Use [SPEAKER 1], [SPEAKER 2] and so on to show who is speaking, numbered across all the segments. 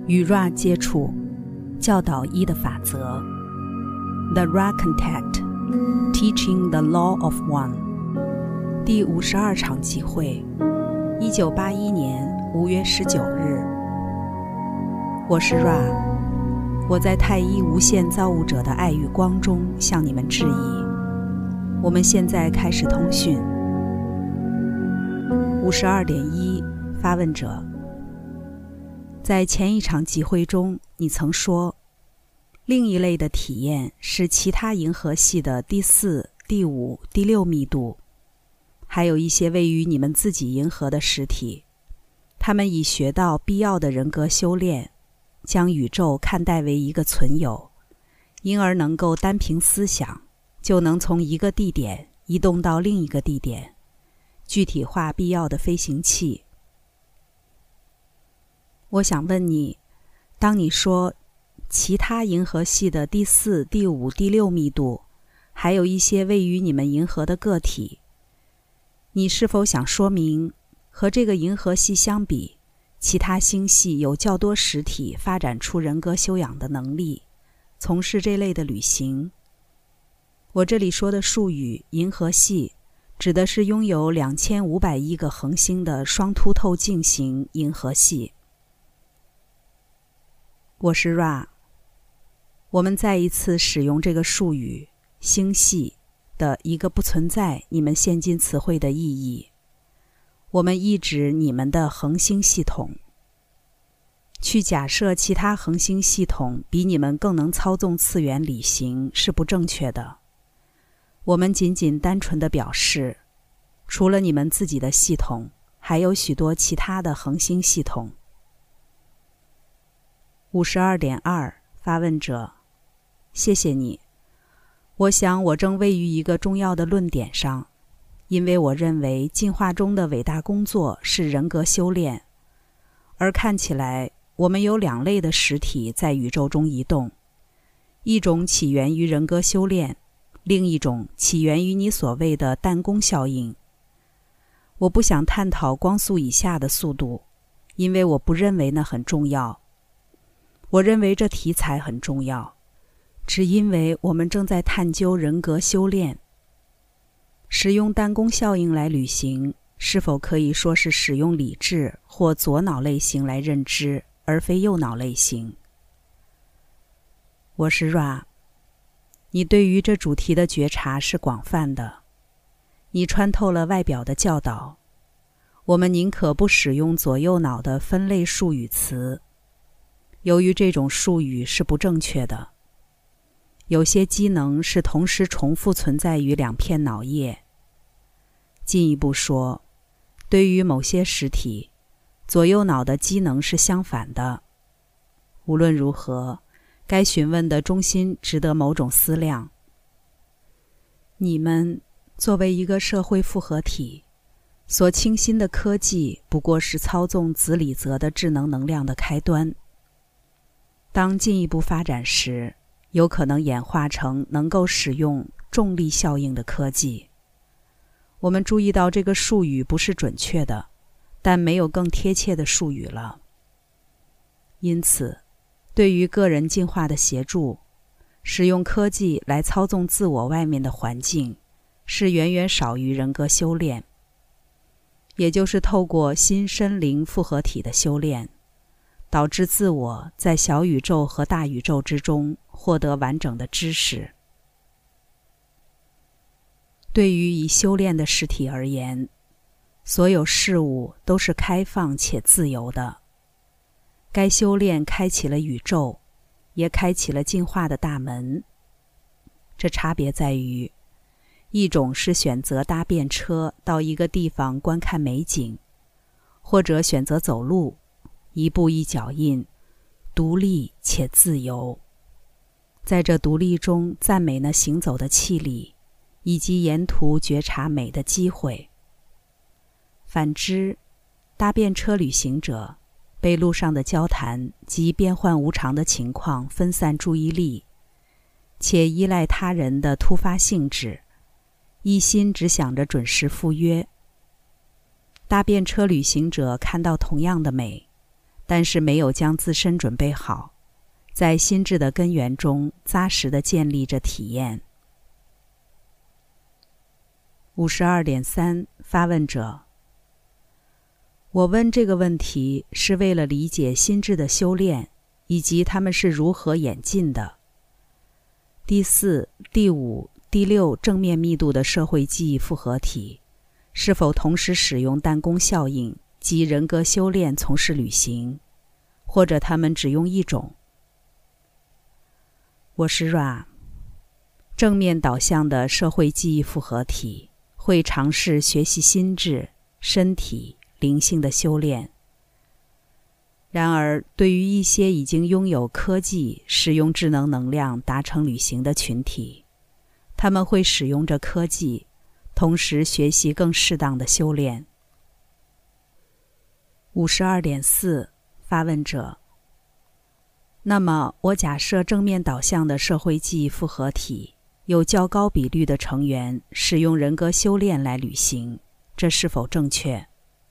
[SPEAKER 1] 与 Ra 接触，教导一的法则 The Ra Contact Teaching the Law of One 第52场集会1981年5月19日。我是 Ra， 我在太一无限造物者的爱与光中向你们致意。我们现在开始通讯。52.1 发问者，在前一场集会中，你曾说，另一类的体验是其他银河系的第4、第5、第6密度，还有一些位于你们自己银河的实体，他们已学到必要的人格修炼，将宇宙看待为一个存有，因而能够单凭思想就能从一个地点移动到另一个地点，具体化必要的飞行器。我想问你，当你说其他银河系的第4、第5、第6密度，还有一些位于你们银河的个体，你是否想说明，和这个银河系相比，其他星系有较多实体发展出人格修养的能力，从事这类的旅行？我这里说的术语银河系，指的是拥有2500亿个恒星的双凸透镜型银河系。我是 Ra， 我们再一次使用这个术语星系的一个不存在你们现今词汇的意义，我们意指你们的恒星系统。去假设其他恒星系统比你们更能操纵次元理型是不正确的。我们仅仅单纯地表示，除了你们自己的系统，还有许多其他的恒星系统。52.2 发问者，谢谢你。我想我正位于一个重要的论点上，因为我认为进化中的伟大工作是人格修炼，而看起来我们有2类的实体在宇宙中移动，一种起源于人格修炼，另一种起源于你所谓的弹弓效应。我不想探讨光速以下的速度，因为我不认为那很重要。我认为这题材很重要，只因为我们正在探究人格修炼。使用弹弓效应来旅行，是否可以说是使用理智或左脑类型来认知，而非右脑类型？我是 Ra， 你对于这主题的觉察是广泛的，你穿透了外表的教导。我们宁可不使用左右脑的分类术语词，由于这种术语是不正确的。有些机能是同时重复存在于2片脑叶。进一步说，对于某些实体，左右脑的机能是相反的。无论如何，该询问的中心值得某种思量。你们作为一个社会复合体，所倾心的科技不过是操纵子理则的智能能量的开端。当进一步发展时，有可能演化成能够使用重力效应的科技。我们注意到这个术语不是准确的，但没有更贴切的术语了。因此，对于个人进化的协助，使用科技来操纵自我外面的环境，是远远少于人格修炼，也就是透过新身灵复合体的修炼，导致自我在小宇宙和大宇宙之中获得完整的知识。对于已修炼的实体而言，所有事物都是开放且自由的。该修炼开启了宇宙，也开启了进化的大门。这差别在于，一种是选择搭便车到一个地方观看美景，或者选择走路，一步一脚印，独立且自由。在这独立中赞美那行走的气力，以及沿途觉察美的机会。反之，搭便车旅行者被路上的交谈及变幻无常的情况分散注意力，且依赖他人的突发兴致，一心只想着准时赴约。搭便车旅行者看到同样的美， 但是没有将自身准备好，在心智的根源中扎实地建立着体验。52.3 发问者：我问这个问题是为了理解心智的修炼，以及它们是如何演进的。第4、第5、第6正面密度的社会记忆复合体，是否同时使用弹弓效应及人格修炼从事旅行，或者他们只用一种？我是 Ra。 正面导向的社会记忆复合体会尝试学习心智、身体、灵性的修炼。然而，对于一些已经拥有科技、使用智能能量达成旅行的群体，他们会使用着科技，同时学习更适当的修炼。52.4 发问者：那么，我假设正面导向的社会记忆复合体有较高比率的成员使用人格修炼来旅行，这是否正确？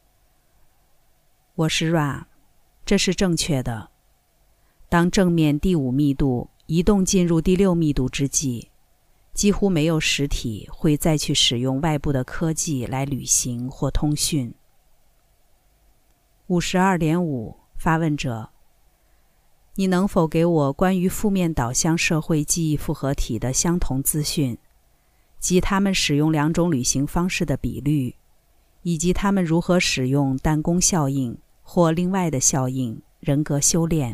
[SPEAKER 1] 我是 Ra。 这是正确的。当正面第5密度移动进入第6密度之际，几乎没有实体会再去使用外部的科技来旅行或通讯。52.5 发问者：你能否给我关于负面导向社会记忆复合体的相同资讯，即他们使用2种旅行方式的比率，以及他们如何使用弹弓效应或另外的效应人格修炼？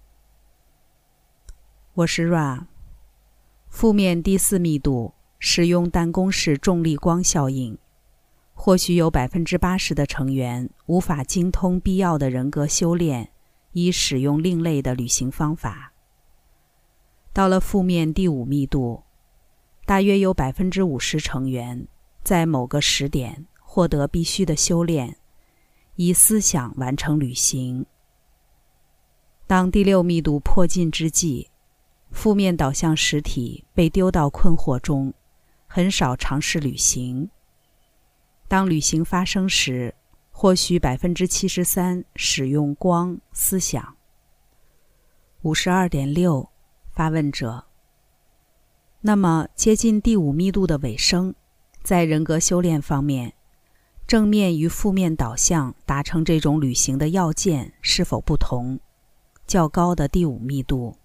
[SPEAKER 1] 我是 Ra。 负面第4密度使用弹弓式重力光效应，或许有 80% 的成员无法精通必要的人格修炼，以使用另类的旅行方法。到了负面第5密度，大约有 50% 成员在某个时点获得必须的修炼，以思想完成旅行。当第6密度迫近之际，负面导向实体被丢到困惑中，很少尝试旅行。当旅行发生时，或许 73% 使用光思想。52.6 发问者：那么接近第5密度的尾声，在人格修炼方面，正面与负面导向达成这种旅行的要件是否不同？较高的第5密度。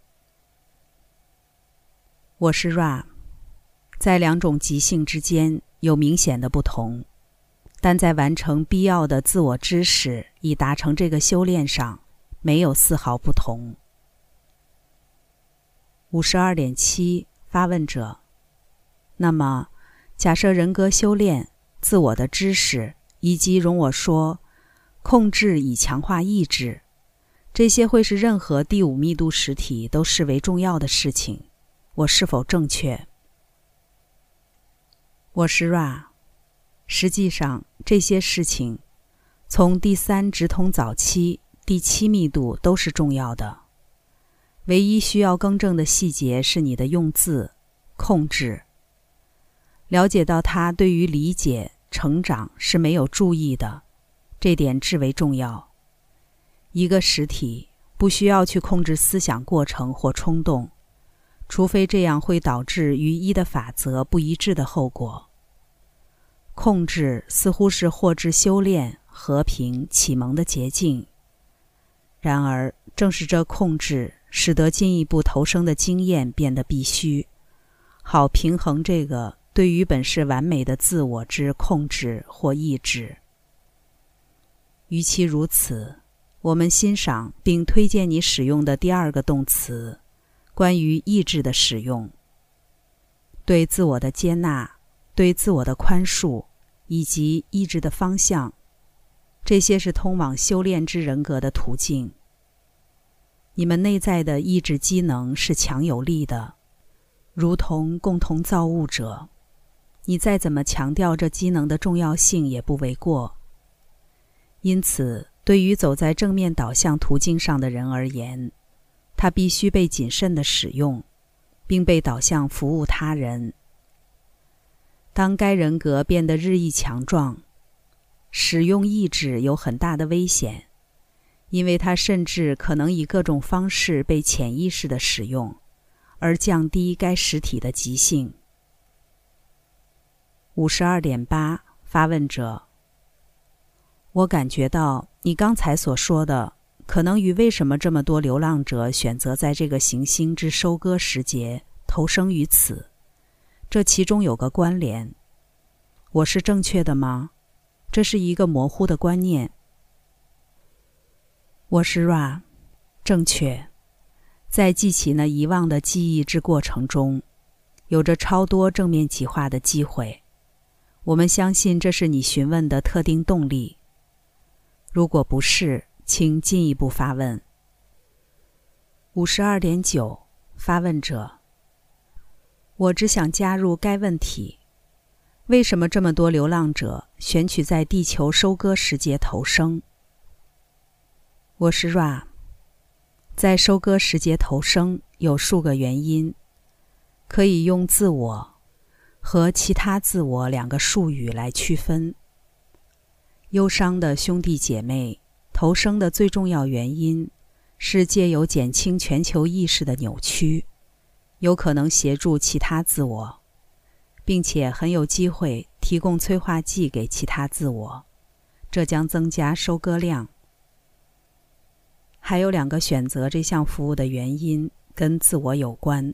[SPEAKER 1] 我是 Ra。 在2种极性之间有明显的不同，但在完成必要的自我知识以达成这个修炼上没有丝毫不同。52.7 发问者：那么假设人格修炼、自我的知识以及容我说控制以强化意志，这些会是任何第5密度实体都视为重要的事情，我是否正确？我是 Ra。 实际上这些事情从第3直通早期第7密度都是重要的，唯一需要更正的细节是你的用字控制。了解到它对于理解成长是没有注意的，这点至为重要。一个实体不需要去控制思想过程或冲动，除非这样会导致与一的法则不一致的后果。控制似乎是获致修炼、和平、启蒙的捷径。然而，正是这控制使得进一步投生的经验变得必须，好平衡这个对于本是完美的自我之控制或抑制。与其如此，我们欣赏并推荐你使用的第2个动词，关于意志的使用。对自我的接纳，对自我的宽恕，以及意志的方向，这些是通往修炼之人格的途径。你们内在的意志机能是强有力的，如同共同造物者。你再怎么强调这机能的重要性也不为过。因此，对于走在正面导向途径上的人而言，它必须被谨慎地使用，并被导向服务他人。当该人格变得日益强壮，使用意志有很大的危险， 因为它甚至可能以各种方式被潜意识的使用，而降低该实体的极性。52.8发问者：我感觉到你刚才所说的可能与为什么这么多流浪者选择在这个行星之收割时节投生于此，这其中有个关联。我是正确的吗？这是一个模糊的观念。我是 Ra， 正确。在记起那遗忘的记忆之过程中，有着超多正面极化的机会。我们相信这是你询问的特定动力。如果不是，请进一步发问。52.9发问者：我只想加入该问题。为什么这么多流浪者选取在地球收割时节投生？我是 Ra。 在收割时节投生有数个原因，可以用自我和其他自我两个术语来区分。忧伤的兄弟姐妹投生的最重要原因是借由减轻全球意识的扭曲，有可能协助其他自我，并且很有机会提供催化剂给其他自我，这将增加收割量。还有2个选择这项服务的原因跟自我有关。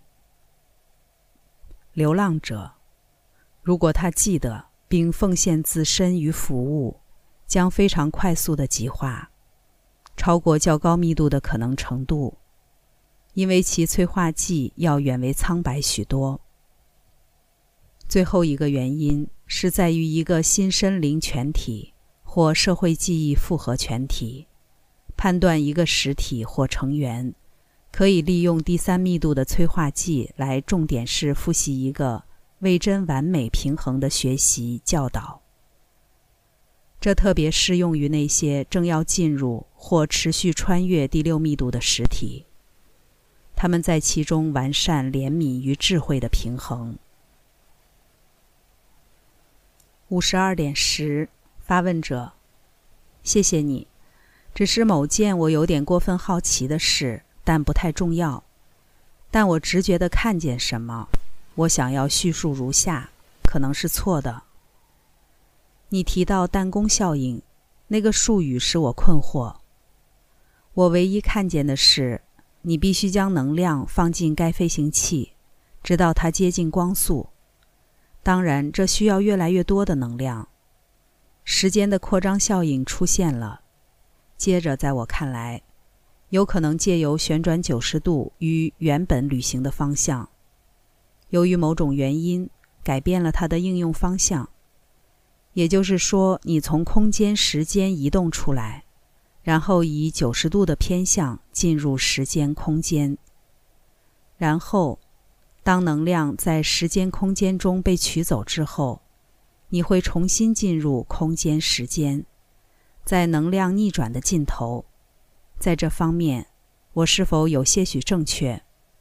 [SPEAKER 1] 流浪者，如果他记得并奉献自身与服务，将非常快速的极化，超过较高密度的可能程度，因为其催化剂要远为苍白许多。最后一个原因是在于一个新身灵全体或社会记忆复合全体判断一个实体或成员可以利用第3密度的催化剂来重点式复习一个为真完美平衡的学习教导。这特别适用于那些正要进入或持续穿越第6密度的实体，他们在其中完善怜悯与智慧的平衡。52.10发问者：谢谢你，只是某件我有点过分好奇的事，但不太重要。但我直觉地看见什么，我想要叙述如下，可能是错的。你提到弹弓效应，那个术语使我困惑。我唯一看见的是，你必须将能量放进该飞行器，直到它接近光速。当然，这需要越来越多的能量。时间的扩张效应出现了。接着，在我看来，有可能借由旋转90度与原本旅行的方向，由于某种原因改变了它的应用方向。也就是说，你从空间时间移动出来，然后以90度的偏向进入时间空间。然后，当能量在时间空间中被取走之后，你会重新进入空间时间，在能量逆转的尽头。在这方面，我是否有些许正确？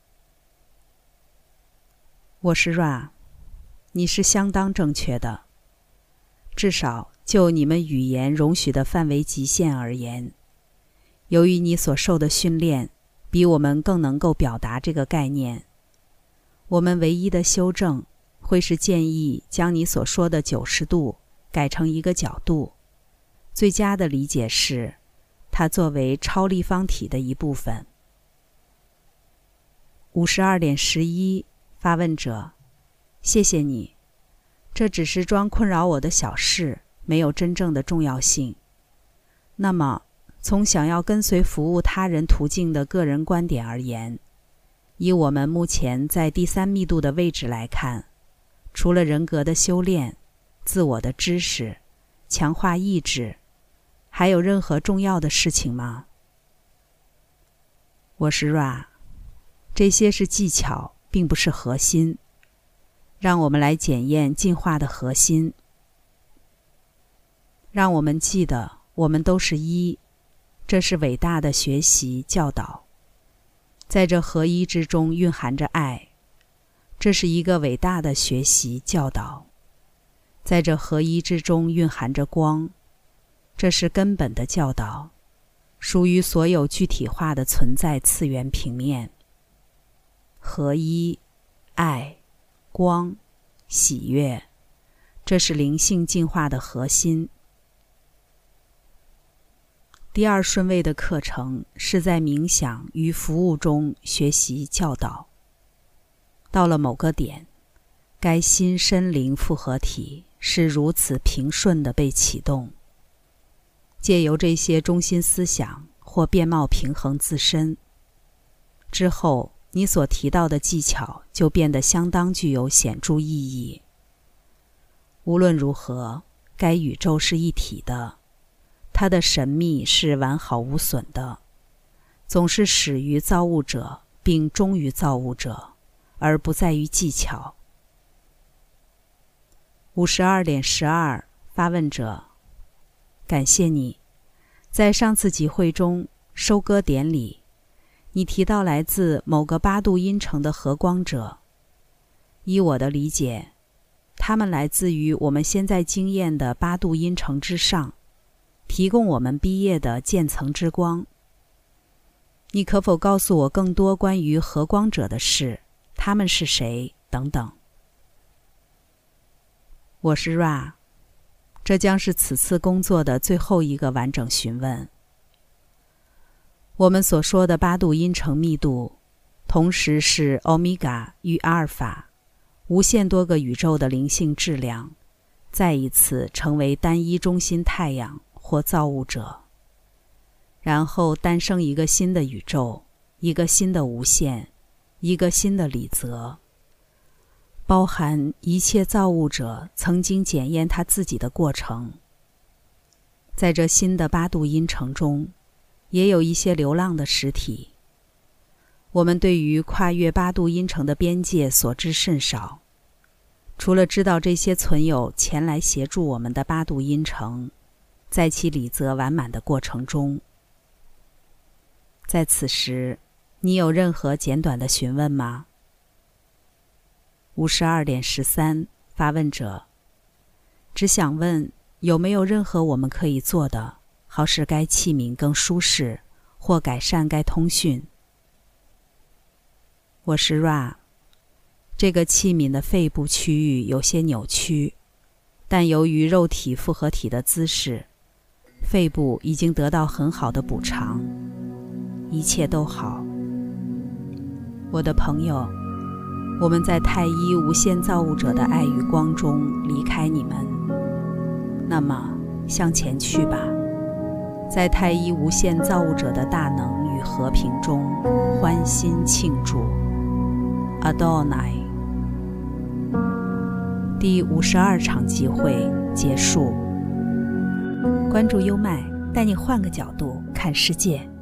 [SPEAKER 1] 我是 Ra， 你是相当正确的。至少就你们语言容许的范围极限而言，由于你所受的训练比我们更能够表达这个概念，我们唯一的修正会是建议将你所说的90度改成一个角度。最佳的理解是，它作为超立方体的一部分。52.11发问者：谢谢你。这只是桩困扰我的小事，没有真正的重要性。那么，从想要跟随服务他人途径的个人观点而言，以我们目前在第3密度的位置来看，除了人格的修炼、自我的知识、强化意志，还有任何重要的事情吗？我是 Ra， 这些是技巧，并不是核心。让我们来检验进化的核心。让我们记得，我们都是一，这是伟大的学习教导。在这合一之中蕴含着爱，这是一个伟大的学习教导。在这合一之中蕴含着光，这是根本的教导。 属于所有具体化的存在次元平面。合一、爱、光、喜悦，这是灵性进化的核心。第二顺位的课程是在冥想与服务中学习教导。到了某个点，该心身灵复合体是如此平顺地被启动。借由这些中心思想或面貌平衡自身之后，你所提到的技巧就变得相当具有显著意义。无论如何，该宇宙是一体的，它的神秘是完好无损的，总是始于造物者并终于造物者，而不在于技巧。52.12发问者：感谢你，在上次集会中收割典礼，你提到来自某个8度音程的和光者。依我的理解，他们来自于我们现在经验的8度音程之上，提供我们毕业的渐层之光。你可否告诉我更多关于和光者的事？他们是谁？等等。我是 Ra， 这将是此次工作的最后一个完整询问。我们所说的8度音程密度，同时是欧米伽与阿尔法无限多个宇宙的灵性质量，再一次成为单一中心太阳或造物者，然后诞生一个新的宇宙，一个新的无限，一个新的理则，包含一切造物者曾经检验他自己的过程。在这新的8度音程中，也有一些流浪的实体。我们对于跨越8度音程的边界所知甚少，除了知道这些存有前来协助我们的8度音程，在其理则完满的过程中。在此时，你有任何简短的询问吗？52.13发问者：只想问有没有任何我们可以做的，好使该器皿更舒适，或改善该通讯。我是 Ra， 这个器皿的肺部区域有些扭曲，但由于肉体复合体的姿势，肺部已经得到很好的补偿，一切都好。我的朋友，我们在太一无限造物者的爱与光中离开你们，那么向前去吧，在太一无限造物者的大能与和平中欢欣庆祝。Adonai。 第52场集会结束。关注优麦，带你换个角度看世界。